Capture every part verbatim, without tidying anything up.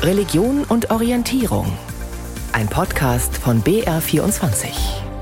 Religion und Orientierung. Ein Podcast von B R vierundzwanzig.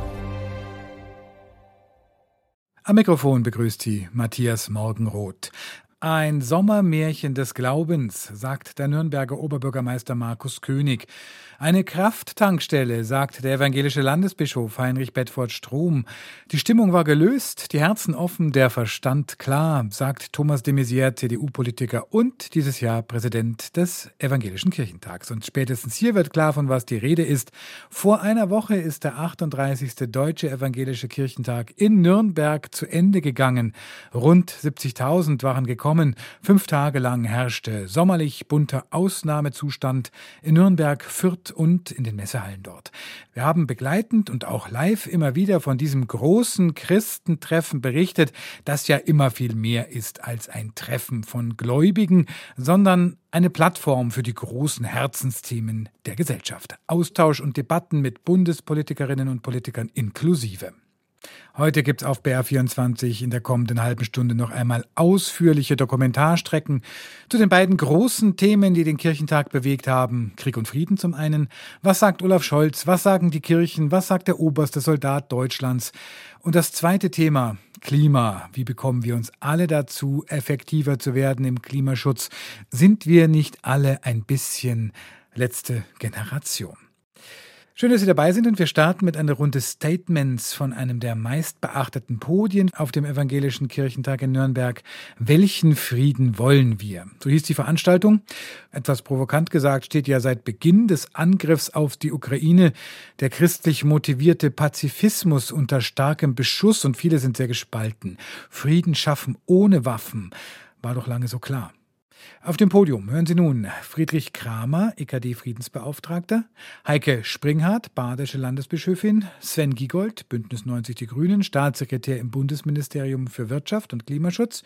Am Mikrofon begrüßt Sie Matthias Morgenroth. Ein Sommermärchen des Glaubens, sagt der Nürnberger Oberbürgermeister Markus König. Eine Krafttankstelle, sagt der evangelische Landesbischof Heinrich Bedford-Strom. Die Stimmung war gelöst, die Herzen offen, der Verstand klar, sagt Thomas de Maizière, C D U-Politiker und dieses Jahr Präsident des Evangelischen Kirchentags. Und spätestens hier wird klar, von was die Rede ist. Vor einer Woche ist der achtunddreißigste Deutsche Evangelische Kirchentag in Nürnberg zu Ende gegangen. Rund siebzigtausend waren gekommen. Fünf Tage lang herrschte sommerlich bunter Ausnahmezustand in Nürnberg, Fürth und in den Messehallen dort. Wir haben begleitend und auch live immer wieder von diesem großen Christentreffen berichtet, das ja immer viel mehr ist als ein Treffen von Gläubigen, sondern eine Plattform für die großen Herzensthemen der Gesellschaft. Austausch und Debatten mit Bundespolitikerinnen und Politikern inklusive. Heute gibt's auf B R vierundzwanzig in der kommenden halben Stunde noch einmal ausführliche Dokumentarstrecken zu den beiden großen Themen, die den Kirchentag bewegt haben. Krieg und Frieden zum einen. Was sagt Olaf Scholz? Was sagen die Kirchen? Was sagt der oberste Soldat Deutschlands? Und das zweite Thema, Klima. Wie bekommen wir uns alle dazu, effektiver zu werden im Klimaschutz? Sind wir nicht alle ein bisschen letzte Generation? Schön, dass Sie dabei sind und wir starten mit einer Runde Statements von einem der meistbeachteten Podien auf dem Evangelischen Kirchentag in Nürnberg. Welchen Frieden wollen wir? So hieß die Veranstaltung. Etwas provokant gesagt steht ja seit Beginn des Angriffs auf die Ukraine der christlich motivierte Pazifismus unter starkem Beschuss und viele sind sehr gespalten. Frieden schaffen ohne Waffen war doch lange so klar. Auf dem Podium hören Sie nun Friedrich Kramer, E K D-Friedensbeauftragter, Heike Springhardt, badische Landesbischöfin, Sven Giegold, Bündnis neunzig Die Grünen, Staatssekretär im Bundesministerium für Wirtschaft und Klimaschutz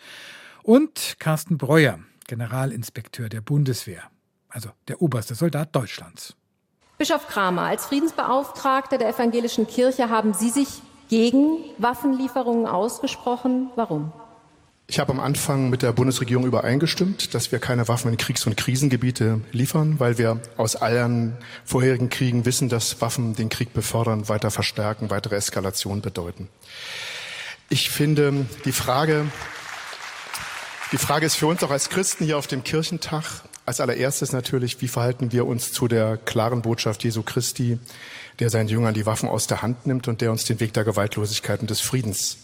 und Carsten Breuer, Generalinspekteur der Bundeswehr, also der oberste Soldat Deutschlands. Bischof Kramer, als Friedensbeauftragter der Evangelischen Kirche haben Sie sich gegen Waffenlieferungen ausgesprochen. Warum? Ich habe am Anfang mit der Bundesregierung übereingestimmt, dass wir keine Waffen in Kriegs- und Krisengebiete liefern, weil wir aus allen vorherigen Kriegen wissen, dass Waffen den Krieg befördern, weiter verstärken, weitere Eskalation bedeuten. Ich finde, die Frage, die Frage ist für uns auch als Christen hier auf dem Kirchentag als allererstes natürlich, wie verhalten wir uns zu der klaren Botschaft Jesu Christi, der seinen Jüngern die Waffen aus der Hand nimmt und der uns den Weg der Gewaltlosigkeit und des Friedens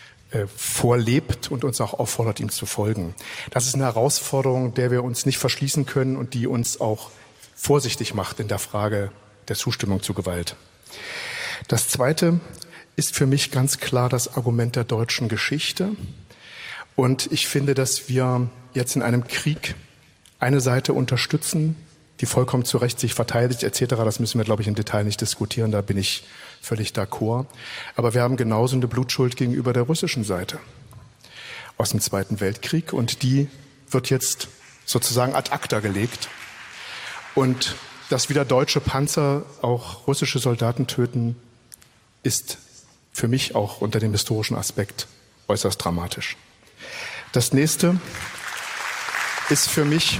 vorlebt und uns auch auffordert, ihm zu folgen. Das ist eine Herausforderung, der wir uns nicht verschließen können und die uns auch vorsichtig macht in der Frage der Zustimmung zu Gewalt. Das Zweite ist für mich ganz klar das Argument der deutschen Geschichte. Und ich finde, dass wir jetzt in einem Krieg eine Seite unterstützen, die vollkommen zu Recht sich verteidigt et cetera. Das müssen wir, glaube ich, im Detail nicht diskutieren. Da bin ich völlig d'accord. Aber wir haben genauso eine Blutschuld gegenüber der russischen Seite aus dem Zweiten Weltkrieg. Und die wird jetzt sozusagen ad acta gelegt. Und dass wieder deutsche Panzer auch russische Soldaten töten, ist für mich auch unter dem historischen Aspekt äußerst dramatisch. Das nächste ist für mich,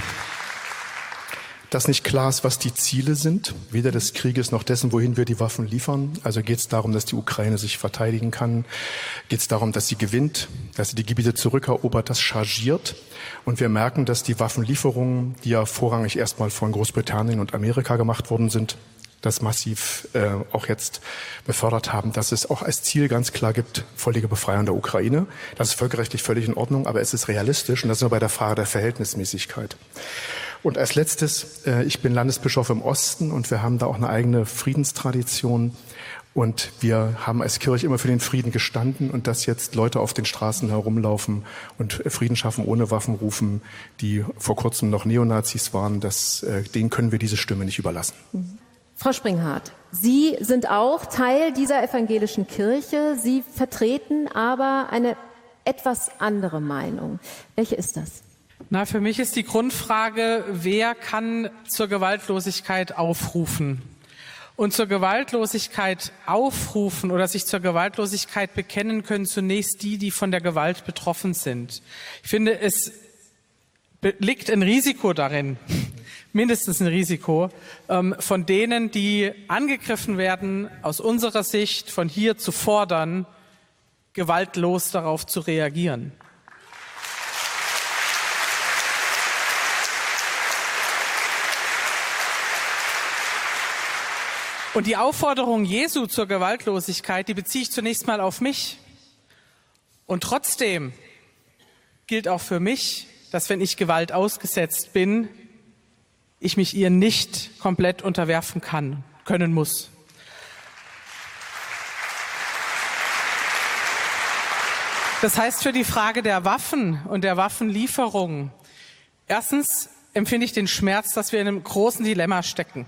dass nicht klar ist, was die Ziele sind, weder des Krieges noch dessen, wohin wir die Waffen liefern. Also geht es darum, dass die Ukraine sich verteidigen kann, geht es darum, dass sie gewinnt, dass sie die Gebiete zurückerobert, das chargiert. Und wir merken, dass die Waffenlieferungen, die ja vorrangig erstmal von Großbritannien und Amerika gemacht worden sind, das massiv äh, auch jetzt befördert haben, dass es auch als Ziel ganz klar gibt, völlige Befreiung der Ukraine. Das ist völkerrechtlich völlig in Ordnung, aber es ist realistisch und das ist nur bei der Frage der Verhältnismäßigkeit. Und als letztes, äh, ich bin Landesbischof im Osten und wir haben da auch eine eigene Friedenstradition. Und wir haben als Kirche immer für den Frieden gestanden und dass jetzt Leute auf den Straßen herumlaufen und Frieden schaffen, ohne Waffen rufen, die vor kurzem noch Neonazis waren, das, äh, denen können wir diese Stimme nicht überlassen. Mhm. Frau Springhardt, Sie sind auch Teil dieser evangelischen Kirche. Sie vertreten aber eine etwas andere Meinung. Welche ist das? Na, für mich ist die Grundfrage, wer kann zur Gewaltlosigkeit aufrufen? Und zur Gewaltlosigkeit aufrufen oder sich zur Gewaltlosigkeit bekennen können zunächst die, die von der Gewalt betroffen sind. Ich finde, es liegt ein Risiko darin, mindestens ein Risiko, ähm, von denen, die angegriffen werden, aus unserer Sicht von hier zu fordern, gewaltlos darauf zu reagieren. Und die Aufforderung Jesu zur Gewaltlosigkeit, die beziehe ich zunächst mal auf mich. Und trotzdem gilt auch für mich, dass wenn ich Gewalt ausgesetzt bin, ich mich ihr nicht komplett unterwerfen kann, können muss. Das heißt für die Frage der Waffen und der Waffenlieferung, erstens empfinde ich den Schmerz, dass wir in einem großen Dilemma stecken.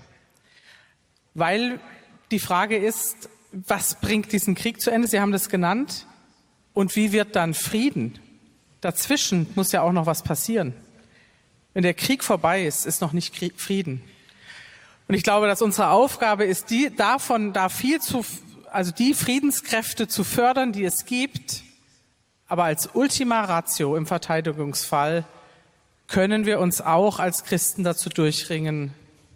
Weil die Frage ist, was bringt diesen Krieg zu Ende? Sie haben das genannt. Und wie wird dann Frieden? Dazwischen muss ja auch noch was passieren. Wenn der Krieg vorbei ist, ist noch nicht Frieden. Und ich glaube, dass unsere Aufgabe ist, die davon da viel zu, also die Friedenskräfte zu fördern, die es gibt. Aber als Ultima Ratio im Verteidigungsfall können wir uns auch als Christen dazu durchringen,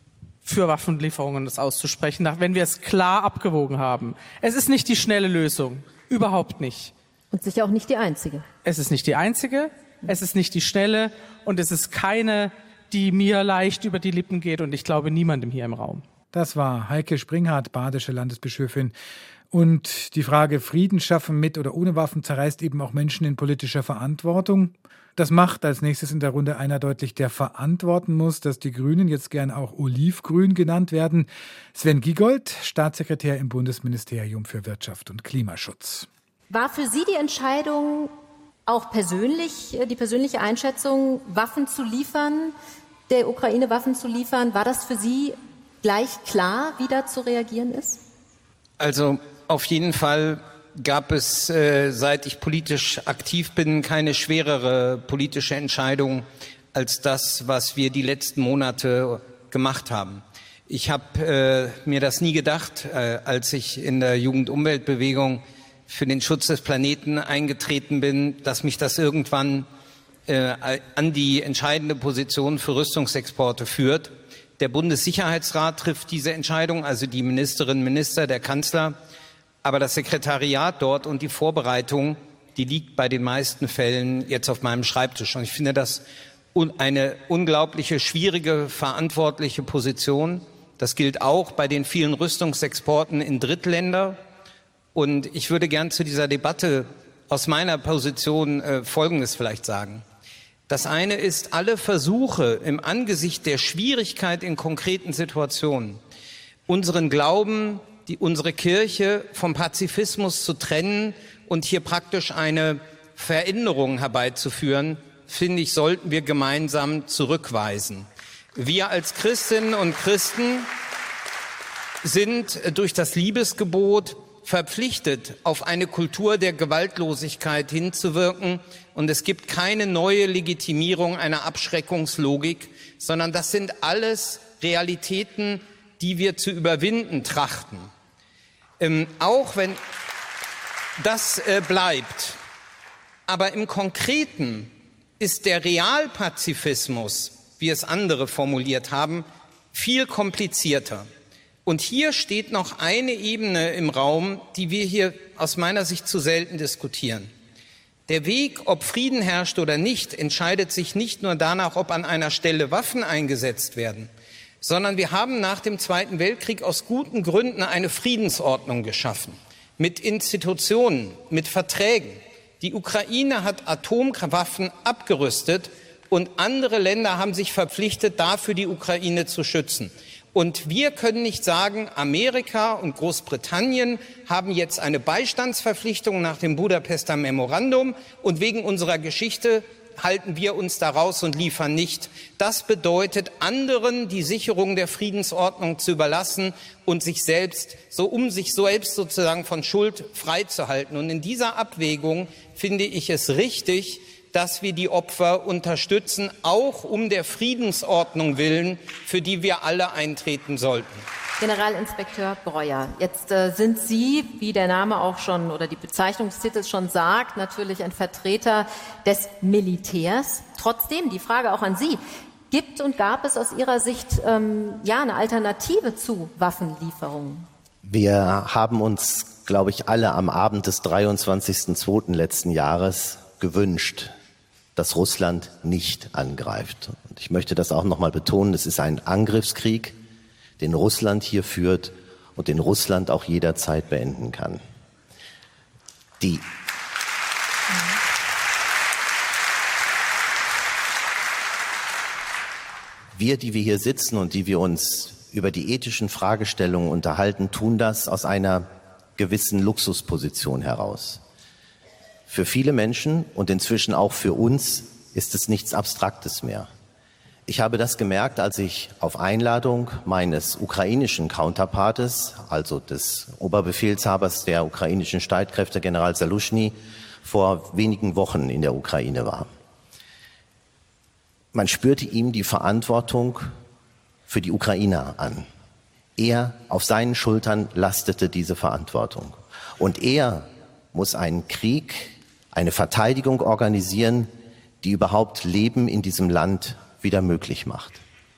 für Waffenlieferungen das auszusprechen, wenn wir es klar abgewogen haben. Es ist nicht die schnelle Lösung, überhaupt nicht. Und sicher auch nicht die einzige. Es ist nicht die einzige, es ist nicht die schnelle und es ist keine, die mir leicht über die Lippen geht und ich glaube niemandem hier im Raum. Das war Heike Springhardt, badische Landesbischöfin. Und die Frage Frieden schaffen mit oder ohne Waffen zerreißt eben auch Menschen in politischer Verantwortung. Das macht als nächstes in der Runde einer deutlich, der verantworten muss, dass die Grünen jetzt gern auch Olivgrün genannt werden. Sven Giegold, Staatssekretär im Bundesministerium für Wirtschaft und Klimaschutz. War für Sie die Entscheidung auch persönlich, die persönliche Einschätzung, Waffen zu liefern, der Ukraine Waffen zu liefern, war das für Sie gleich klar, wie da zu reagieren ist? Also auf jeden Fall gab es, äh, seit ich politisch aktiv bin, keine schwerere politische Entscheidung als das, was wir die letzten Monate gemacht haben. Ich habe äh, mir das nie gedacht, äh, als ich in der Jugend-Umwelt-Bewegung für den Schutz des Planeten eingetreten bin, dass mich das irgendwann äh, an die entscheidende Position für Rüstungsexporte führt. Der Bundessicherheitsrat trifft diese Entscheidung, also die Ministerinnen und Minister, der Kanzler. Aber das Sekretariat dort und die Vorbereitung, die liegt bei den meisten Fällen jetzt auf meinem Schreibtisch. Und ich finde das eine unglaubliche, schwierige, verantwortliche Position. Das gilt auch bei den vielen Rüstungsexporten in Drittländer. Und ich würde gern zu dieser Debatte aus meiner Position äh, Folgendes vielleicht sagen. Das eine ist, alle Versuche im Angesicht der Schwierigkeit in konkreten Situationen, unseren Glauben, die, unsere Kirche vom Pazifismus zu trennen und hier praktisch eine Veränderung herbeizuführen, finde ich, sollten wir gemeinsam zurückweisen. Wir als Christinnen und Christen sind durch das Liebesgebot verpflichtet, auf eine Kultur der Gewaltlosigkeit hinzuwirken. Und es gibt keine neue Legitimierung einer Abschreckungslogik, sondern das sind alles Realitäten, die wir zu überwinden trachten. Ähm, auch wenn das äh, bleibt. Aber im Konkreten ist der Realpazifismus, wie es andere formuliert haben, viel komplizierter. Und hier steht noch eine Ebene im Raum, die wir hier aus meiner Sicht zu selten diskutieren. Der Weg, ob Frieden herrscht oder nicht, entscheidet sich nicht nur danach, ob an einer Stelle Waffen eingesetzt werden, sondern wir haben nach dem Zweiten Weltkrieg aus guten Gründen eine Friedensordnung geschaffen, mit Institutionen, mit Verträgen. Die Ukraine hat Atomwaffen abgerüstet und andere Länder haben sich verpflichtet, dafür die Ukraine zu schützen. Und wir können nicht sagen, Amerika und Großbritannien haben jetzt eine Beistandsverpflichtung nach dem Budapester Memorandum und wegen unserer Geschichte halten wir uns da raus und liefern nicht. Das bedeutet, anderen die Sicherung der Friedensordnung zu überlassen und sich selbst, so um sich selbst sozusagen von Schuld freizuhalten. Und in dieser Abwägung finde ich es richtig, dass wir die Opfer unterstützen, auch um der Friedensordnung willen, für die wir alle eintreten sollten. Generalinspekteur Breuer, jetzt äh, sind Sie, wie der Name auch schon oder die Bezeichnung des Titels schon sagt, natürlich ein Vertreter des Militärs. Trotzdem die Frage auch an Sie. Gibt und gab es aus Ihrer Sicht ähm, ja eine Alternative zu Waffenlieferungen? Wir haben uns, glaube ich, alle am Abend des dreiundzwanzigsten zweiten letzten Jahres gewünscht, dass Russland nicht angreift. Und ich möchte das auch noch mal betonen, es ist ein Angriffskrieg, den Russland hier führt und den Russland auch jederzeit beenden kann. Die Wir, die wir hier sitzen und die wir uns über die ethischen Fragestellungen unterhalten, tun das aus einer gewissen Luxusposition heraus. Für viele Menschen und inzwischen auch für uns ist es nichts Abstraktes mehr. Ich habe das gemerkt, als ich auf Einladung meines ukrainischen Counterpartes, also des Oberbefehlshabers der ukrainischen Streitkräfte, General Saluschny, vor wenigen Wochen in der Ukraine war. Man spürte ihm die Verantwortung für die Ukrainer an. Er, auf seinen Schultern lastete diese Verantwortung. Und er muss einen Krieg, eine Verteidigung organisieren, die überhaupt Leben in diesem Land wieder möglich macht.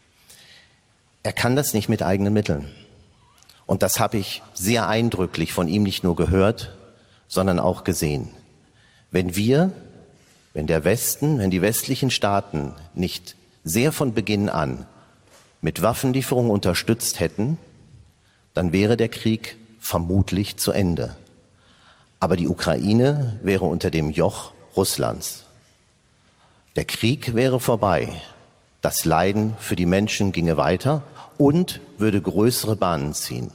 Er kann das nicht mit eigenen Mitteln. Und das habe ich sehr eindrücklich von ihm nicht nur gehört, sondern auch gesehen. Wenn wir Wenn der Westen, wenn die westlichen Staaten nicht sehr von Beginn an mit Waffenlieferungen unterstützt hätten, dann wäre der Krieg vermutlich zu Ende. Aber die Ukraine wäre unter dem Joch Russlands. Der Krieg wäre vorbei. Das Leiden für die Menschen ginge weiter und würde größere Bahnen ziehen.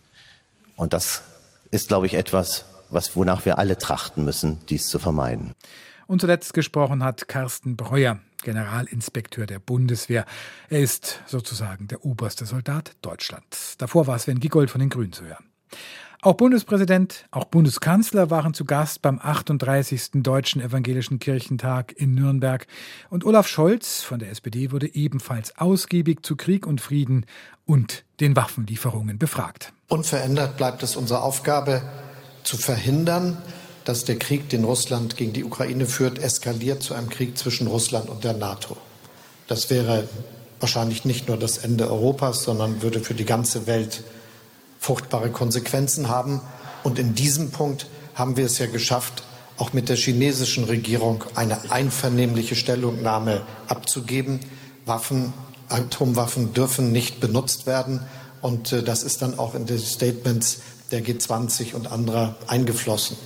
Und das ist, glaube ich, etwas, was, wonach wir alle trachten müssen, dies zu vermeiden. Und zuletzt gesprochen hat Carsten Breuer, Generalinspekteur der Bundeswehr. Er ist sozusagen der oberste Soldat Deutschlands. Davor war Sven Giegold von den Grünen zu hören. Auch Bundespräsident, auch Bundeskanzler waren zu Gast beim achtunddreißigsten Deutschen Evangelischen Kirchentag in Nürnberg. Und Olaf Scholz von der S P D wurde ebenfalls ausgiebig zu Krieg und Frieden und den Waffenlieferungen befragt. Unverändert bleibt es unsere Aufgabe, zu verhindern, dass der Krieg, den Russland gegen die Ukraine führt, eskaliert zu einem Krieg zwischen Russland und der NATO. Das wäre wahrscheinlich nicht nur das Ende Europas, sondern würde für die ganze Welt fruchtbare Konsequenzen haben. Und in diesem Punkt haben wir es ja geschafft, auch mit der chinesischen Regierung eine einvernehmliche Stellungnahme abzugeben. Waffen, Atomwaffen dürfen nicht benutzt werden. Und äh, das ist dann auch in den Statements der G zwanzig und anderer eingeflossen.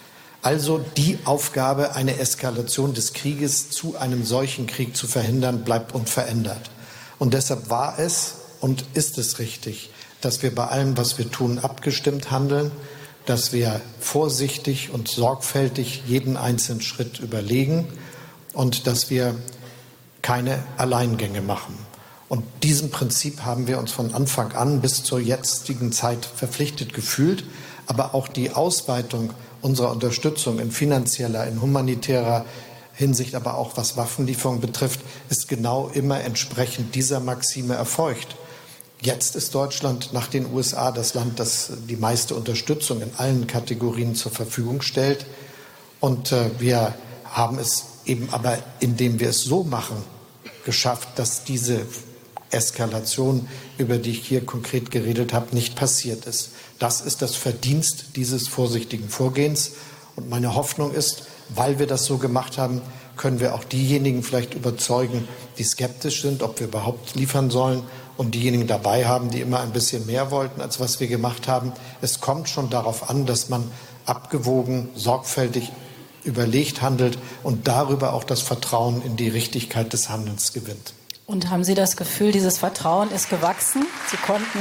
Also die Aufgabe, eine Eskalation des Krieges zu einem solchen Krieg zu verhindern, bleibt unverändert. Und deshalb war es und ist es richtig, dass wir bei allem, was wir tun, abgestimmt handeln, dass wir vorsichtig und sorgfältig jeden einzelnen Schritt überlegen und dass wir keine Alleingänge machen. Und diesem Prinzip haben wir uns von Anfang an bis zur jetzigen Zeit verpflichtet gefühlt. Aber auch die Ausweitung unserer Unterstützung in finanzieller, in humanitärer Hinsicht, aber auch was Waffenlieferungen betrifft, ist genau immer entsprechend dieser Maxime erfolgt. Jetzt ist Deutschland nach den U S A das Land, das die meiste Unterstützung in allen Kategorien zur Verfügung stellt. Und äh, wir haben es eben aber, indem wir es so machen, geschafft, dass diese Eskalation, über die ich hier konkret geredet habe, nicht passiert ist. Das ist das Verdienst dieses vorsichtigen Vorgehens. Und meine Hoffnung ist, weil wir das so gemacht haben, können wir auch diejenigen vielleicht überzeugen, die skeptisch sind, ob wir überhaupt liefern sollen, und diejenigen dabei haben, die immer ein bisschen mehr wollten, als was wir gemacht haben. Es kommt schon darauf an, dass man abgewogen, sorgfältig überlegt handelt und darüber auch das Vertrauen in die Richtigkeit des Handelns gewinnt. Und haben Sie das Gefühl, dieses Vertrauen ist gewachsen? Sie konnten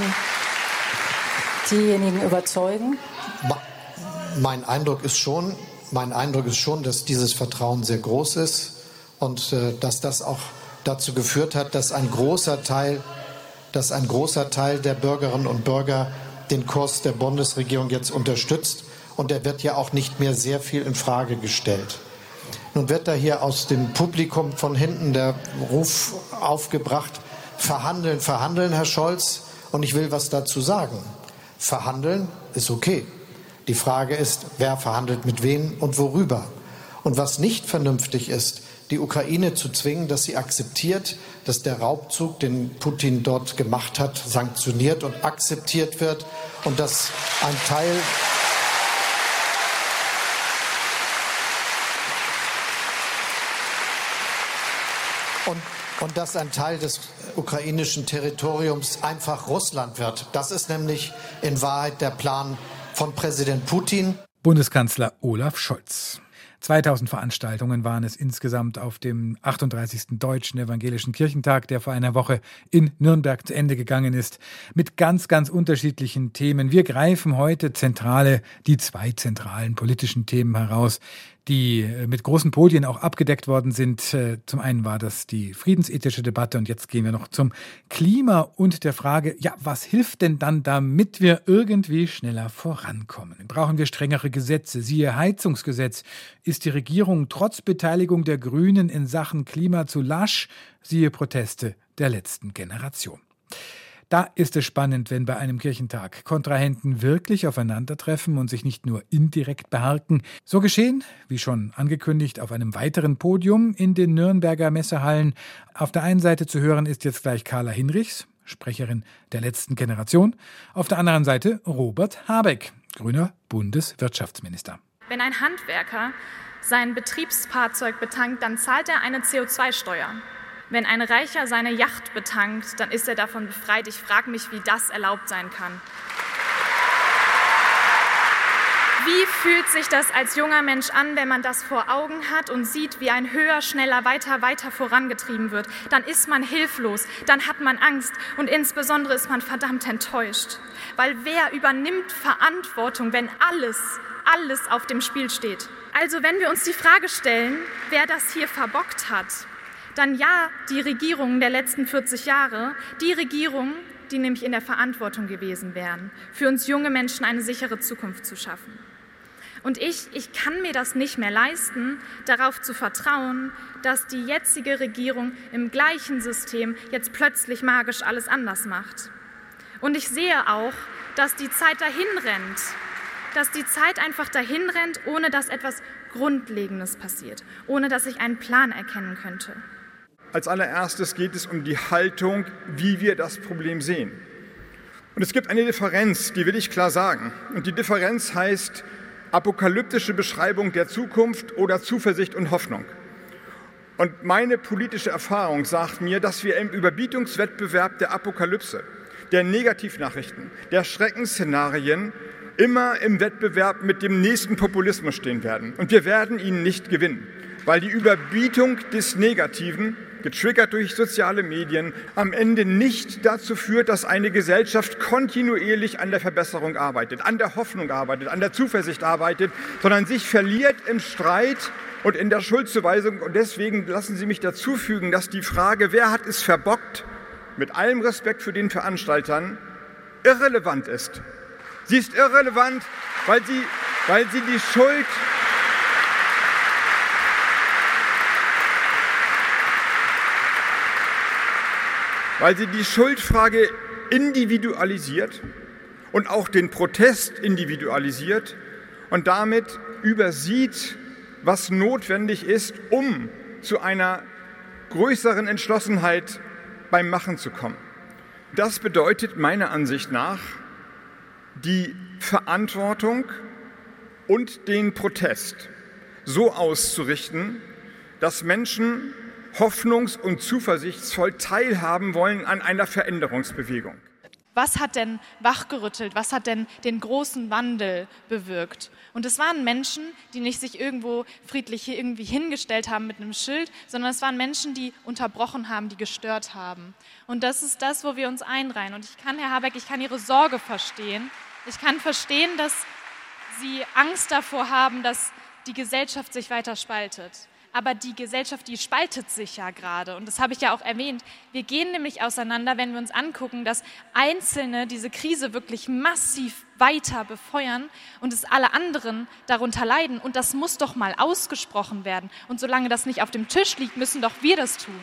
diejenigen überzeugen? Mein Eindruck ist schon, mein Eindruck ist schon, dass dieses Vertrauen sehr groß ist und äh, dass das auch dazu geführt hat, dass ein großer Teil, dass ein großer Teil der Bürgerinnen und Bürger den Kurs der Bundesregierung jetzt unterstützt. Und der wird ja auch nicht mehr sehr viel in Frage gestellt. Nun wird da hier aus dem Publikum von hinten der Ruf aufgebracht, verhandeln, verhandeln, Herr Scholz. Und ich will was dazu sagen. Verhandeln ist okay. Die Frage ist, wer verhandelt mit wem und worüber. Und was nicht vernünftig ist, die Ukraine zu zwingen, dass sie akzeptiert, dass der Raubzug, den Putin dort gemacht hat, sanktioniert und akzeptiert wird und dass ein Teil und Und dass ein Teil des ukrainischen Territoriums einfach Russland wird. Das ist nämlich in Wahrheit der Plan von Präsident Putin. Bundeskanzler Olaf Scholz. zweitausend Veranstaltungen waren es insgesamt auf dem achtunddreißigsten Deutschen Evangelischen Kirchentag, der vor einer Woche in Nürnberg zu Ende gegangen ist, mit ganz, ganz unterschiedlichen Themen. Wir greifen heute zentrale, die zwei zentralen politischen Themen heraus, die mit großen Podien auch abgedeckt worden sind. Zum einen war das die friedensethische Debatte und jetzt gehen wir noch zum Klima und der Frage, ja, was hilft denn dann, damit wir irgendwie schneller vorankommen? Brauchen wir strengere Gesetze? Siehe Heizungsgesetz. Ist die Regierung trotz Beteiligung der Grünen in Sachen Klima zu lasch? Siehe Proteste der letzten Generation. Da ist es spannend, wenn bei einem Kirchentag Kontrahenten wirklich aufeinandertreffen und sich nicht nur indirekt beharken. So geschehen, wie schon angekündigt, auf einem weiteren Podium in den Nürnberger Messehallen. Auf der einen Seite zu hören ist jetzt gleich Carla Hinrichs, Sprecherin der letzten Generation. Auf der anderen Seite Robert Habeck, grüner Bundeswirtschaftsminister. Wenn ein Handwerker sein Betriebsfahrzeug betankt, dann zahlt er eine C O zwei Steuer. Wenn ein Reicher seine Yacht betankt, dann ist er davon befreit. Ich frage mich, wie das erlaubt sein kann. Wie fühlt sich das als junger Mensch an, wenn man das vor Augen hat und sieht, wie ein höher, schneller, weiter, weiter vorangetrieben wird? Dann ist man hilflos, dann hat man Angst und insbesondere ist man verdammt enttäuscht. Weil wer übernimmt Verantwortung, wenn alles, alles auf dem Spiel steht? Also wenn wir uns die Frage stellen, wer das hier verbockt hat, dann ja, die Regierungen der letzten vierzig Jahre, die Regierungen, die nämlich in der Verantwortung gewesen wären, für uns junge Menschen eine sichere Zukunft zu schaffen. Und ich, ich kann mir das nicht mehr leisten, darauf zu vertrauen, dass die jetzige Regierung im gleichen System jetzt plötzlich magisch alles anders macht. Und ich sehe auch, dass die Zeit dahin rennt, dass die Zeit einfach dahin rennt, ohne dass etwas Grundlegendes passiert, ohne dass ich einen Plan erkennen könnte. Als allererstes geht es um die Haltung, wie wir das Problem sehen. Und es gibt eine Differenz, die will ich klar sagen. Und die Differenz heißt apokalyptische Beschreibung der Zukunft oder Zuversicht und Hoffnung. Und meine politische Erfahrung sagt mir, dass wir im Überbietungswettbewerb der Apokalypse, der Negativnachrichten, der Schreckensszenarien immer im Wettbewerb mit dem nächsten Populismus stehen werden. Und wir werden ihn nicht gewinnen, weil die Überbietung des Negativen, getriggert durch soziale Medien, am Ende nicht dazu führt, dass eine Gesellschaft kontinuierlich an der Verbesserung arbeitet, an der Hoffnung arbeitet, an der Zuversicht arbeitet, sondern sich verliert im Streit und in der Schuldzuweisung. Und deswegen lassen Sie mich dazu fügen, dass die Frage, wer hat es verbockt, mit allem Respekt für den Veranstaltern, irrelevant ist. Sie ist irrelevant, weil sie, weil sie die Schuld weil sie die Schuldfrage individualisiert und auch den Protest individualisiert und damit übersieht, was notwendig ist, um zu einer größeren Entschlossenheit beim Machen zu kommen. Das bedeutet meiner Ansicht nach, die Verantwortung und den Protest so auszurichten, dass Menschen hoffnungs- und zuversichtsvoll teilhaben wollen an einer Veränderungsbewegung. Was hat denn wachgerüttelt? Was hat denn den großen Wandel bewirkt? Und es waren Menschen, die nicht sich irgendwo friedlich hier irgendwie hingestellt haben mit einem Schild, sondern es waren Menschen, die unterbrochen haben, die gestört haben. Und das ist das, wo wir uns einreihen. Und ich kann, Herr Habeck, ich kann Ihre Sorge verstehen. Ich kann verstehen, dass Sie Angst davor haben, dass die Gesellschaft sich weiter spaltet. Aber die Gesellschaft, die spaltet sich ja gerade. Und das habe ich ja auch erwähnt. Wir gehen nämlich auseinander, wenn wir uns angucken, dass Einzelne diese Krise wirklich massiv weiter befeuern und es alle anderen darunter leiden. Und das muss doch mal ausgesprochen werden. Und solange das nicht auf dem Tisch liegt, müssen doch wir das tun.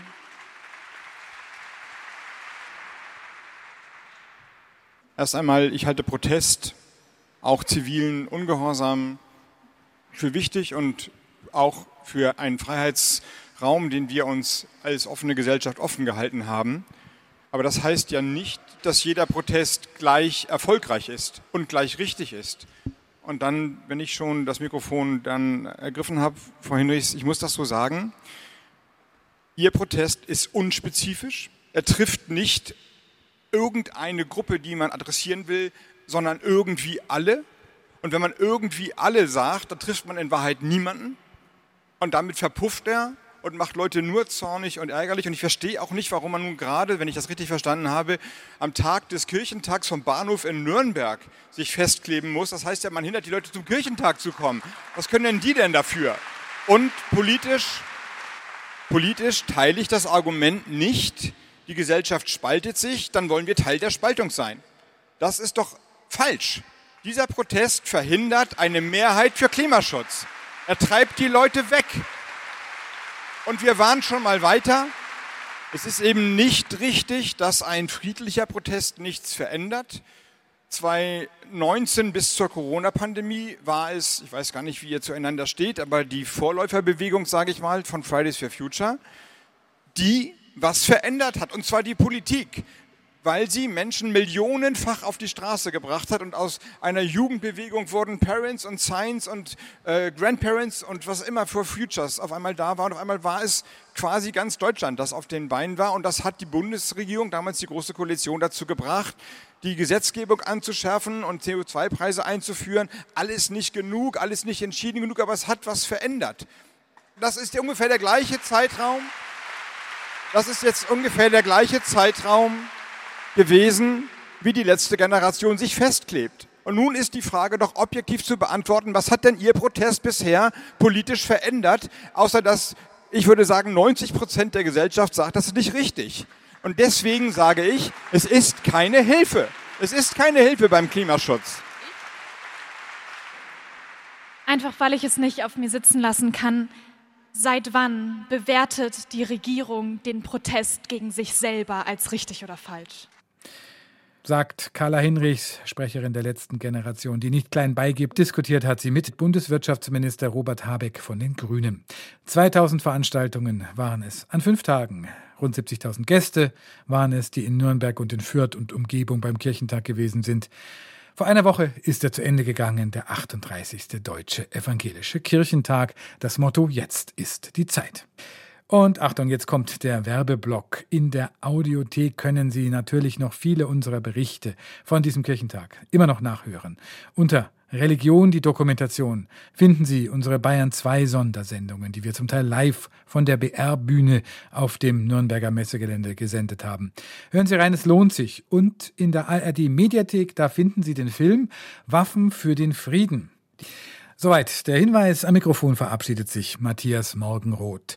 Erst einmal, ich halte Protest, auch zivilen Ungehorsam, für wichtig und auch für einen Freiheitsraum Raum, den wir uns als offene Gesellschaft offen gehalten haben. Aber das heißt ja nicht, dass jeder Protest gleich erfolgreich ist und gleich richtig ist. Und dann, wenn ich schon das Mikrofon dann ergriffen habe, Frau Hinrichs, ich muss das so sagen, Ihr Protest ist unspezifisch. Er trifft nicht irgendeine Gruppe, die man adressieren will, sondern irgendwie alle. Und wenn man irgendwie alle sagt, dann trifft man in Wahrheit niemanden. Und damit verpufft er und macht Leute nur zornig und ärgerlich. Und ich verstehe auch nicht, warum man nun gerade, wenn ich das richtig verstanden habe, am Tag des Kirchentags vom Bahnhof in Nürnberg sich festkleben muss. Das heißt ja, man hindert die Leute zum Kirchentag zu kommen. Was können denn die denn dafür? Und politisch, politisch teile ich das Argument nicht, die Gesellschaft spaltet sich, dann wollen wir Teil der Spaltung sein. Das ist doch falsch. Dieser Protest verhindert eine Mehrheit für Klimaschutz. Er treibt die Leute weg. Und wir waren schon mal weiter. Es ist eben nicht richtig, dass ein friedlicher Protest nichts verändert. zweitausendneunzehn bis zur Corona-Pandemie war es, ich weiß gar nicht, wie ihr zueinander steht, aber die Vorläuferbewegung, sage ich mal, von Fridays for Future, die was verändert hat, und zwar die Politik, weil sie Menschen millionenfach auf die Straße gebracht hat und aus einer Jugendbewegung wurden Parents und Science und äh, Grandparents und was immer for Futures auf einmal da war und auf einmal war es quasi ganz Deutschland, das auf den Beinen war, und das hat die Bundesregierung, damals die Große Koalition, dazu gebracht, die Gesetzgebung anzuschärfen und C O zwei Preise einzuführen. Alles nicht genug, alles nicht entschieden genug, aber es hat was verändert. Das ist ungefähr der gleiche Zeitraum, das ist jetzt ungefähr der gleiche Zeitraum gewesen, wie die letzte Generation sich festklebt. Und nun ist die Frage doch objektiv zu beantworten, was hat denn Ihr Protest bisher politisch verändert, außer dass, ich würde sagen, neunzig Prozent der Gesellschaft sagt, das ist nicht richtig. Und deswegen sage ich, es ist keine Hilfe. Es ist keine Hilfe beim Klimaschutz. Einfach weil ich es nicht auf mir sitzen lassen kann. Seit wann bewertet die Regierung den Protest gegen sich selber als richtig oder falsch? Sagt Carla Hinrichs, Sprecherin der letzten Generation, die nicht klein beigibt. Diskutiert hat sie mit Bundeswirtschaftsminister Robert Habeck von den Grünen. zweitausend Veranstaltungen waren es an fünf Tagen. Rund siebzigtausend Gäste waren es, die in Nürnberg und in Fürth und Umgebung beim Kirchentag gewesen sind. Vor einer Woche ist er zu Ende gegangen, der achtunddreißigste Deutsche Evangelische Kirchentag. Das Motto: Jetzt ist die Zeit. Und Achtung, jetzt kommt der Werbeblock. In der Audiothek können Sie natürlich noch viele unserer Berichte von diesem Kirchentag immer noch nachhören. Unter Religion, die Dokumentation finden Sie unsere Bayern zwei Sondersendungen, die wir zum Teil live von der B R-Bühne auf dem Nürnberger Messegelände gesendet haben. Hören Sie rein, es lohnt sich. Und in der A R D-Mediathek, da finden Sie den Film Waffen für den Frieden. Soweit der Hinweis. Am Mikrofon verabschiedet sich Matthias Morgenroth.